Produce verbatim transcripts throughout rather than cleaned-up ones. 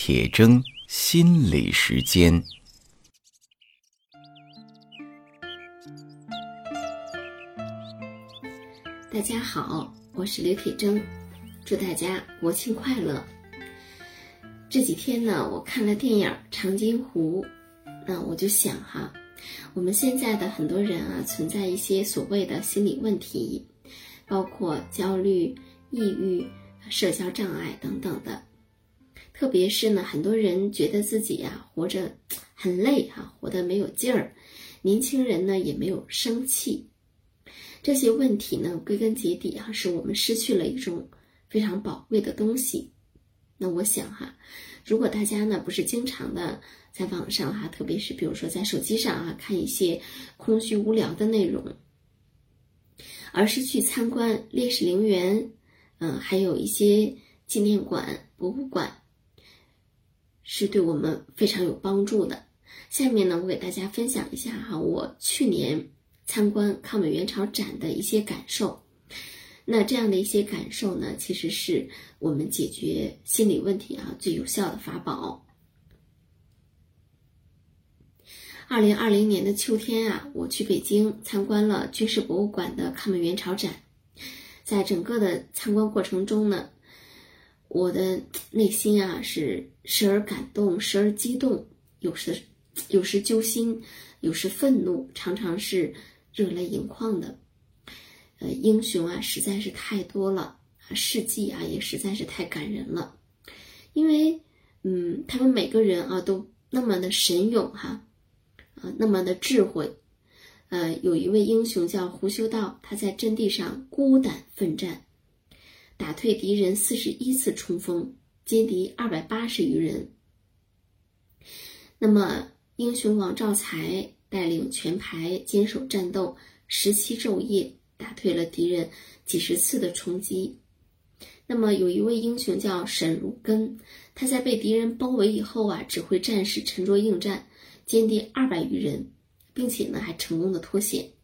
铁铮心理时间。 大家好，我是刘铁铮，祝大家国庆快乐。这几天呢，我看了电影《长津湖》，那我就想哈，我们现在的很多人啊，存在一些所谓的心理问题，包括焦虑、抑郁、社交障碍等等的。特别是呢，很多人觉得自己啊活着很累啊，活得没有劲儿，年轻人呢也没有生气。这些问题呢，归根结底啊，是我们失去了一种非常宝贵的东西。那我想哈，如果大家呢不是经常的在网上哈，特别是比如说在手机上啊看一些空虚无聊的内容，而是去参观烈士陵园，嗯、呃，还有一些纪念馆、博物馆，是对我们非常有帮助的。下面呢，我给大家分享一下哈，我去年参观抗美援朝展的一些感受。那这样的一些感受呢，其实是我们解决心理问题啊最有效的法宝。二零二零年的秋天啊，我去北京参观了军事博物馆的抗美援朝展。在整个的参观过程中呢，我的内心啊是时而感动，时而激动，有时有时揪心，有时愤怒，常常是热泪盈眶的。呃，英雄啊实在是太多了，事迹啊也实在是太感人了。因为嗯，他们每个人啊都那么的神勇哈，啊那么的智慧。呃，有一位英雄叫胡修道，他在阵地上孤胆奋战，打退敌人四十一次冲锋，歼敌二百八十余人。那么英雄王兆才带领全排坚守战斗十七昼夜，打退了敌人几十次的冲击。那么有一位英雄叫沈汝根，他在被敌人包围以后啊，指挥战士沉着应战，歼敌二百余人，并且呢还成功的脱险。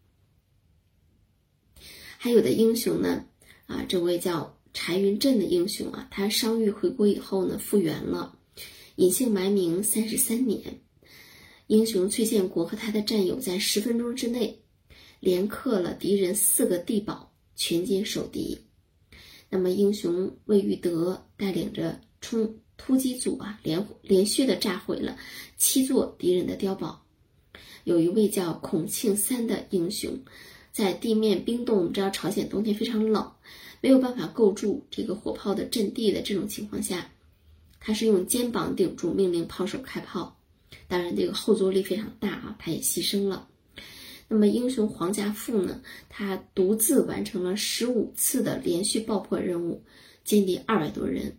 还有的英雄呢啊，这位叫柴云振的英雄啊，他伤愈回国以后呢复原了，隐姓埋名三十三年。英雄崔建国和他的战友在十分钟之内连克了敌人四个地堡，全歼守敌。那么英雄魏玉德带领着冲突击组啊，连连续的炸毁了七座敌人的碉堡。有一位叫孔庆三的英雄，在地面冰冻，我们知道朝鲜冬天非常冷，没有办法构筑这个火炮的阵地的这种情况下，他是用肩膀顶住，命令炮手开炮。当然这个后坐力非常大啊，他也牺牲了。那么英雄黄家富呢，他独自完成了十五次的连续爆破任务，歼敌二百多人。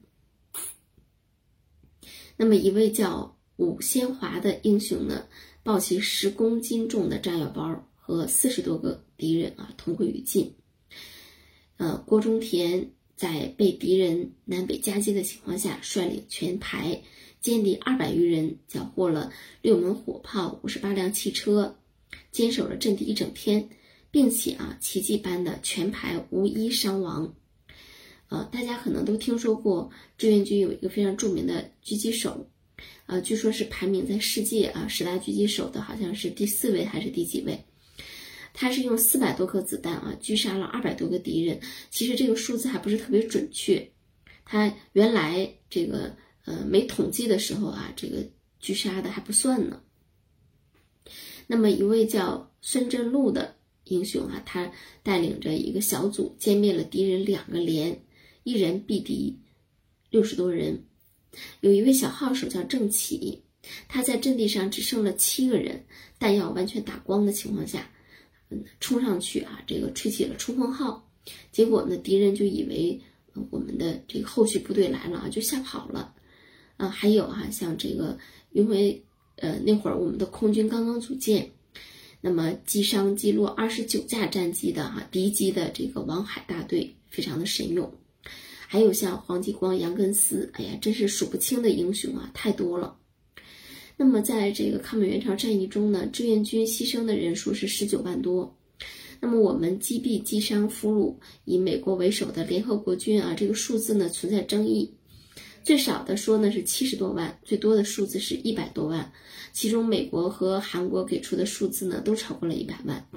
那么一位叫武先华的英雄呢，抱起十公斤重的炸药包和四十多个敌人啊同归于尽。呃，郭忠田在被敌人南北夹击的情况下，率领全排歼敌二百余人，缴获了六门火炮、五十八辆汽车，坚守了阵地一整天，并且啊，奇迹般的全排无一伤亡。呃，大家可能都听说过志愿军有一个非常著名的狙击手，呃，据说是排名在世界啊十大狙击手的好像是第四位还是第几位。他是用四百多颗子弹啊，狙杀了二百多个敌人。其实这个数字还不是特别准确，他原来这个呃没统计的时候啊，这个狙杀的还不算呢。那么一位叫孙振禄的英雄啊，他带领着一个小组歼灭了敌人两个连，一人毙敌六十多人。有一位小号手叫郑启，他在阵地上只剩了七个人，弹药完全打光的情况下，嗯，冲上去啊，这个吹起了冲锋号，结果呢，敌人就以为、呃、我们的这个后续部队来了啊，就吓跑了。啊，还有啊，像这个，因为呃那会儿我们的空军刚刚组建，那么击伤击落二十九架战机的哈、啊、敌机的这个王海大队非常的神勇。还有像黄继光、杨根思，哎呀，真是数不清的英雄啊，太多了。那么在这个抗美援朝战役中呢，志愿军牺牲的人数是十九万多。那么我们击毙、击伤、俘虏以美国为首的联合国军啊，这个数字呢存在争议。 最少的说呢是七十多万，最多的数字是一百多万，其中美国和韩国给出的数字呢都超过了一百万。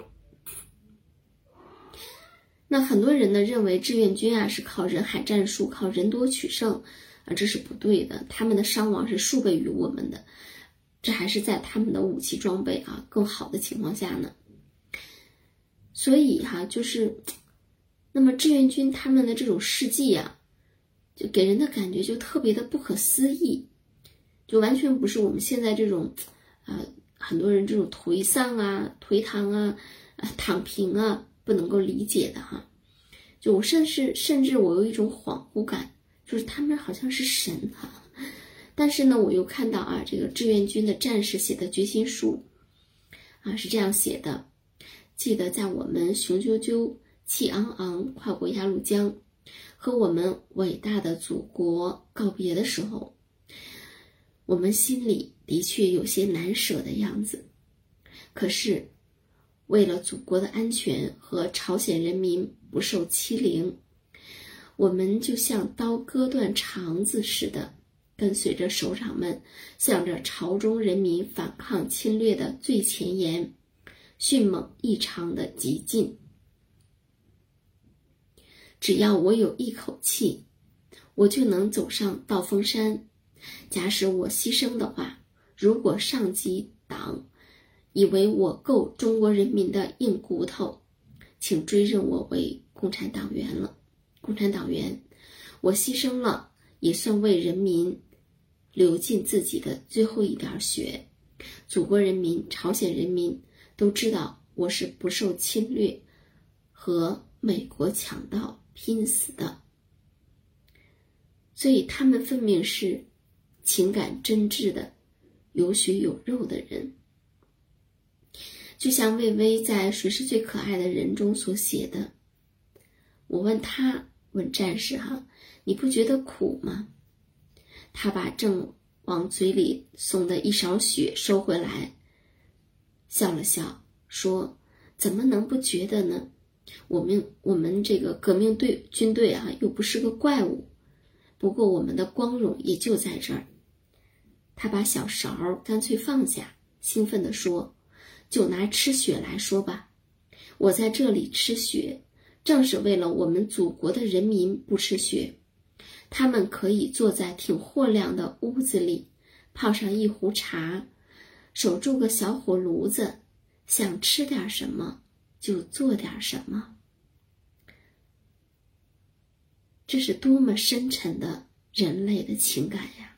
那很多人呢认为志愿军啊是靠人海战术，靠人多取胜啊，这是不对的，他们的伤亡是数倍于我们的，这还是在他们的武器装备啊更好的情况下呢。所以哈、啊，就是那么志愿军他们的这种事迹啊，就给人的感觉就特别的不可思议，就完全不是我们现在这种啊、呃、很多人这种颓丧啊、颓唐啊、啊躺平啊不能够理解的哈。就我甚至甚至我有一种恍惚感，就是他们好像是神哈。但是呢，我又看到啊，这个志愿军的战士写的决心书啊是这样写的：记得在我们雄赳赳、气昂昂跨过鸭绿江，和我们伟大的祖国告别的时候，我们心里的确有些难舍的样子。可是，为了祖国的安全和朝鲜人民不受欺凌，我们就像刀割断肠子似的，跟随着首长们向着朝中人民反抗侵略的最前沿，迅猛异常的急进。只要我有一口气，我就能走上道峰山。假使我牺牲的话，如果上级党以为我够中国人民的硬骨头，请追认我为共产党员了。共产党员，我牺牲了，也算为人民流尽自己的最后一点血。祖国人民、朝鲜人民都知道我是不受侵略和美国强盗拼死的，所以他们分明是情感真挚的、有血有肉的人。就像魏巍在《谁是最可爱的人》中所写的，我问他，问战士哈，你不觉得苦吗？他把正往嘴里送的一勺血收回来，笑了笑，说：怎么能不觉得呢？我们我们这个革命队军队啊，又不是个怪物，不过我们的光荣也就在这儿。他把小勺干脆放下，兴奋地说：就拿吃血来说吧，我在这里吃血，正是为了我们祖国的人民不吃血。他们可以坐在挺豁亮的屋子里，泡上一壶茶，守住个小火炉子，想吃点什么就做点什么。这是多么深沉的人类的情感呀！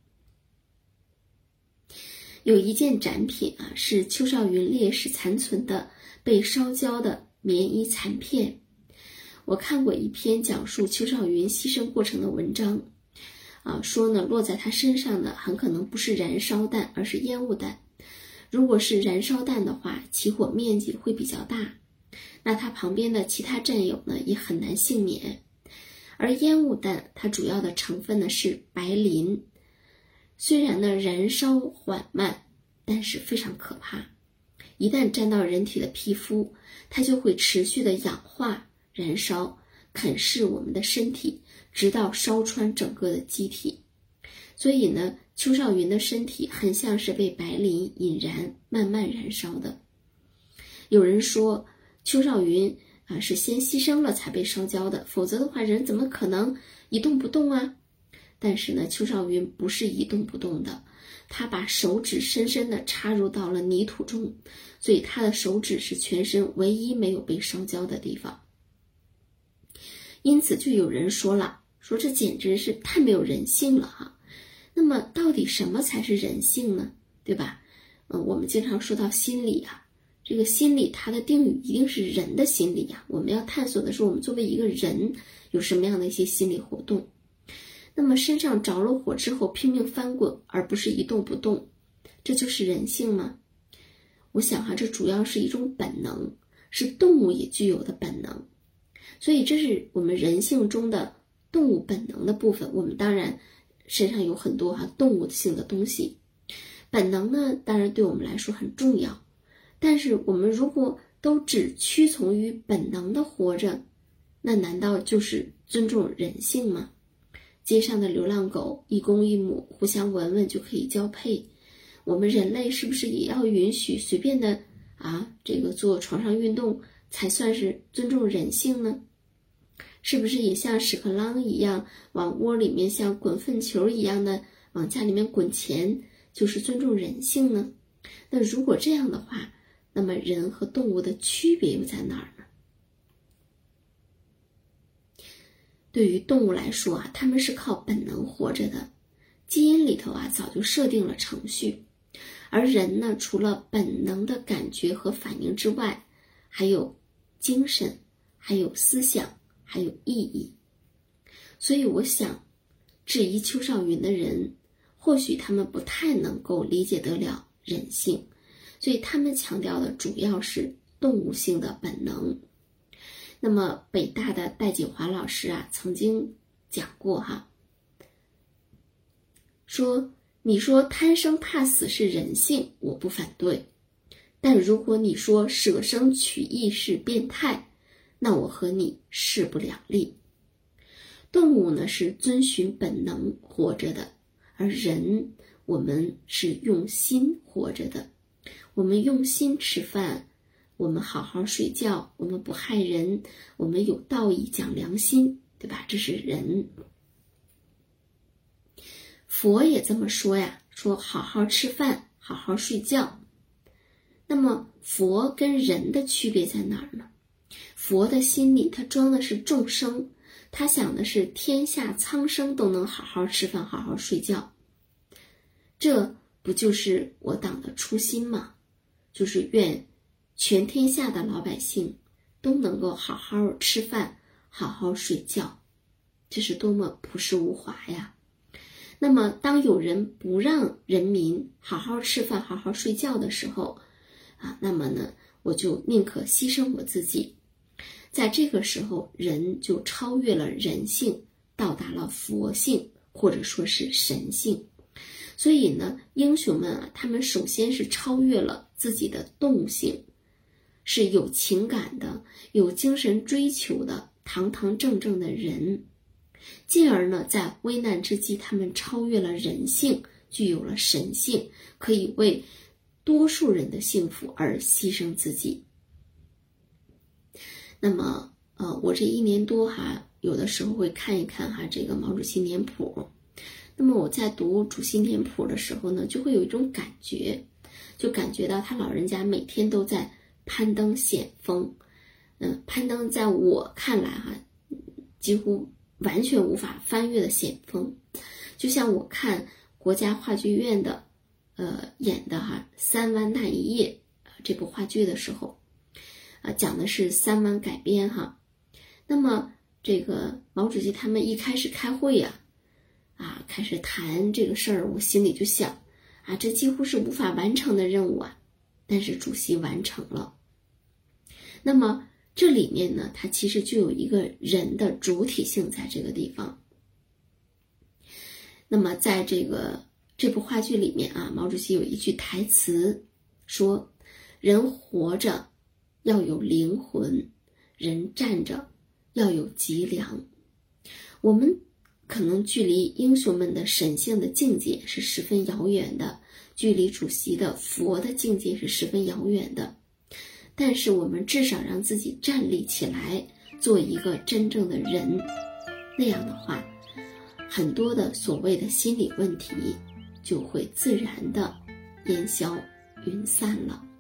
有一件展品啊，是邱少云烈士残存的被烧焦的棉衣残片。我看过一篇讲述邱少云牺牲过程的文章，啊，说呢，落在他身上的很可能不是燃烧弹，而是烟雾弹。如果是燃烧弹的话，起火面积会比较大，那他旁边的其他战友呢，也很难幸免。而烟雾弹，它主要的成分呢是白磷，虽然呢燃烧缓慢，但是非常可怕。一旦沾到人体的皮肤，它就会持续的氧化、燃烧，啃噬我们的身体，直到烧穿整个的机体。所以呢，邱少云的身体很像是被白磷引燃，慢慢燃烧的。有人说，邱少云啊是先牺牲了才被烧焦的，否则的话，人怎么可能一动不动啊？但是呢，邱少云不是一动不动的，他把手指深深地插入到了泥土中，所以他的手指是全身唯一没有被烧焦的地方。因此就有人说了，说这简直是太没有人性了哈。那么到底什么才是人性呢？对吧？嗯，我们经常说到心理啊，这个心理它的定语一定是人的心理啊。我们要探索的是我们作为一个人有什么样的一些心理活动。那么身上着了火之后拼命翻滚，而不是一动不动，这就是人性吗？我想哈、啊，这主要是一种本能，是动物也具有的本能。所以这是我们人性中的动物本能的部分。我们当然身上有很多哈、啊、动物性的东西，本能呢当然对我们来说很重要，但是我们如果都只屈从于本能的活着，那难道就是尊重人性吗？ 街上的流浪狗一公一母互相闻闻就可以交配，我们人类是不是也要允许随便的啊这个做床上运动才算是尊重人性呢？是不是也像屎壳郎一样往窝里面像滚粪球一样的往家里面滚钱就是尊重人性呢？那如果这样的话，那么人和动物的区别又在哪儿呢？对于动物来说啊，它们是靠本能活着的，基因里头啊早就设定了程序。而人呢，除了本能的感觉和反应之外，还有精神，还有思想，还有意义。所以我想，质疑邱少云的人，或许他们不太能够理解得了人性，所以他们强调的主要是动物性的本能。那么北大的戴锦华老师啊，曾经讲过哈，说你说贪生怕死是人性，我不反对，但如果你说舍生取义是变态，那我和你势不两立。动物呢是遵循本能活着的，而人我们是用心活着的。我们用心吃饭，我们好好睡觉，我们不害人，我们有道义讲良心，对吧？这是人。佛也这么说呀，说好好吃饭，好好睡觉。那么佛跟人的区别在哪儿呢？佛的心里他装的是众生，他想的是天下苍生都能好好吃饭，好好睡觉。这不就是我党的初心吗？就是愿全天下的老百姓都能够好好吃饭，好好睡觉，这是多么朴实无华呀！那么当有人不让人民好好吃饭，好好睡觉的时候啊，那么呢，我就宁可牺牲我自己。在这个时候，人就超越了人性，到达了佛性，或者说是神性。所以呢，英雄们啊，他们首先是超越了自己的动性，是有情感的，有精神追求的，堂堂正正的人。进而呢，在危难之际，他们超越了人性，具有了神性，可以为多数人的幸福而牺牲自己。那么呃，我这一年多哈，有的时候会看一看哈这个毛主席年谱。那么我在读主席年谱的时候呢，就会有一种感觉，就感觉到他老人家每天都在攀登险峰。嗯，攀登在我看来哈，几乎完全无法翻越的险峰。就像我看国家话剧院的呃演的哈三湾那一夜这部话剧的时候啊，讲的是三湾改编哈。那么这个毛主席他们一开始开会呀啊开始谈这个事儿，我心里就想啊，这几乎是无法完成的任务啊，但是主席完成了。那么这里面呢，它其实就有一个人的主体性在这个地方。那么在这个这部话剧里面啊，毛主席有一句台词说，人活着要有灵魂，人站着要有脊梁。我们可能距离英雄们的神性的境界是十分遥远的，距离主席的佛的境界是十分遥远的，但是我们至少让自己站立起来，做一个真正的人。那样的话，很多的所谓的心理问题就会自然的烟消云散了。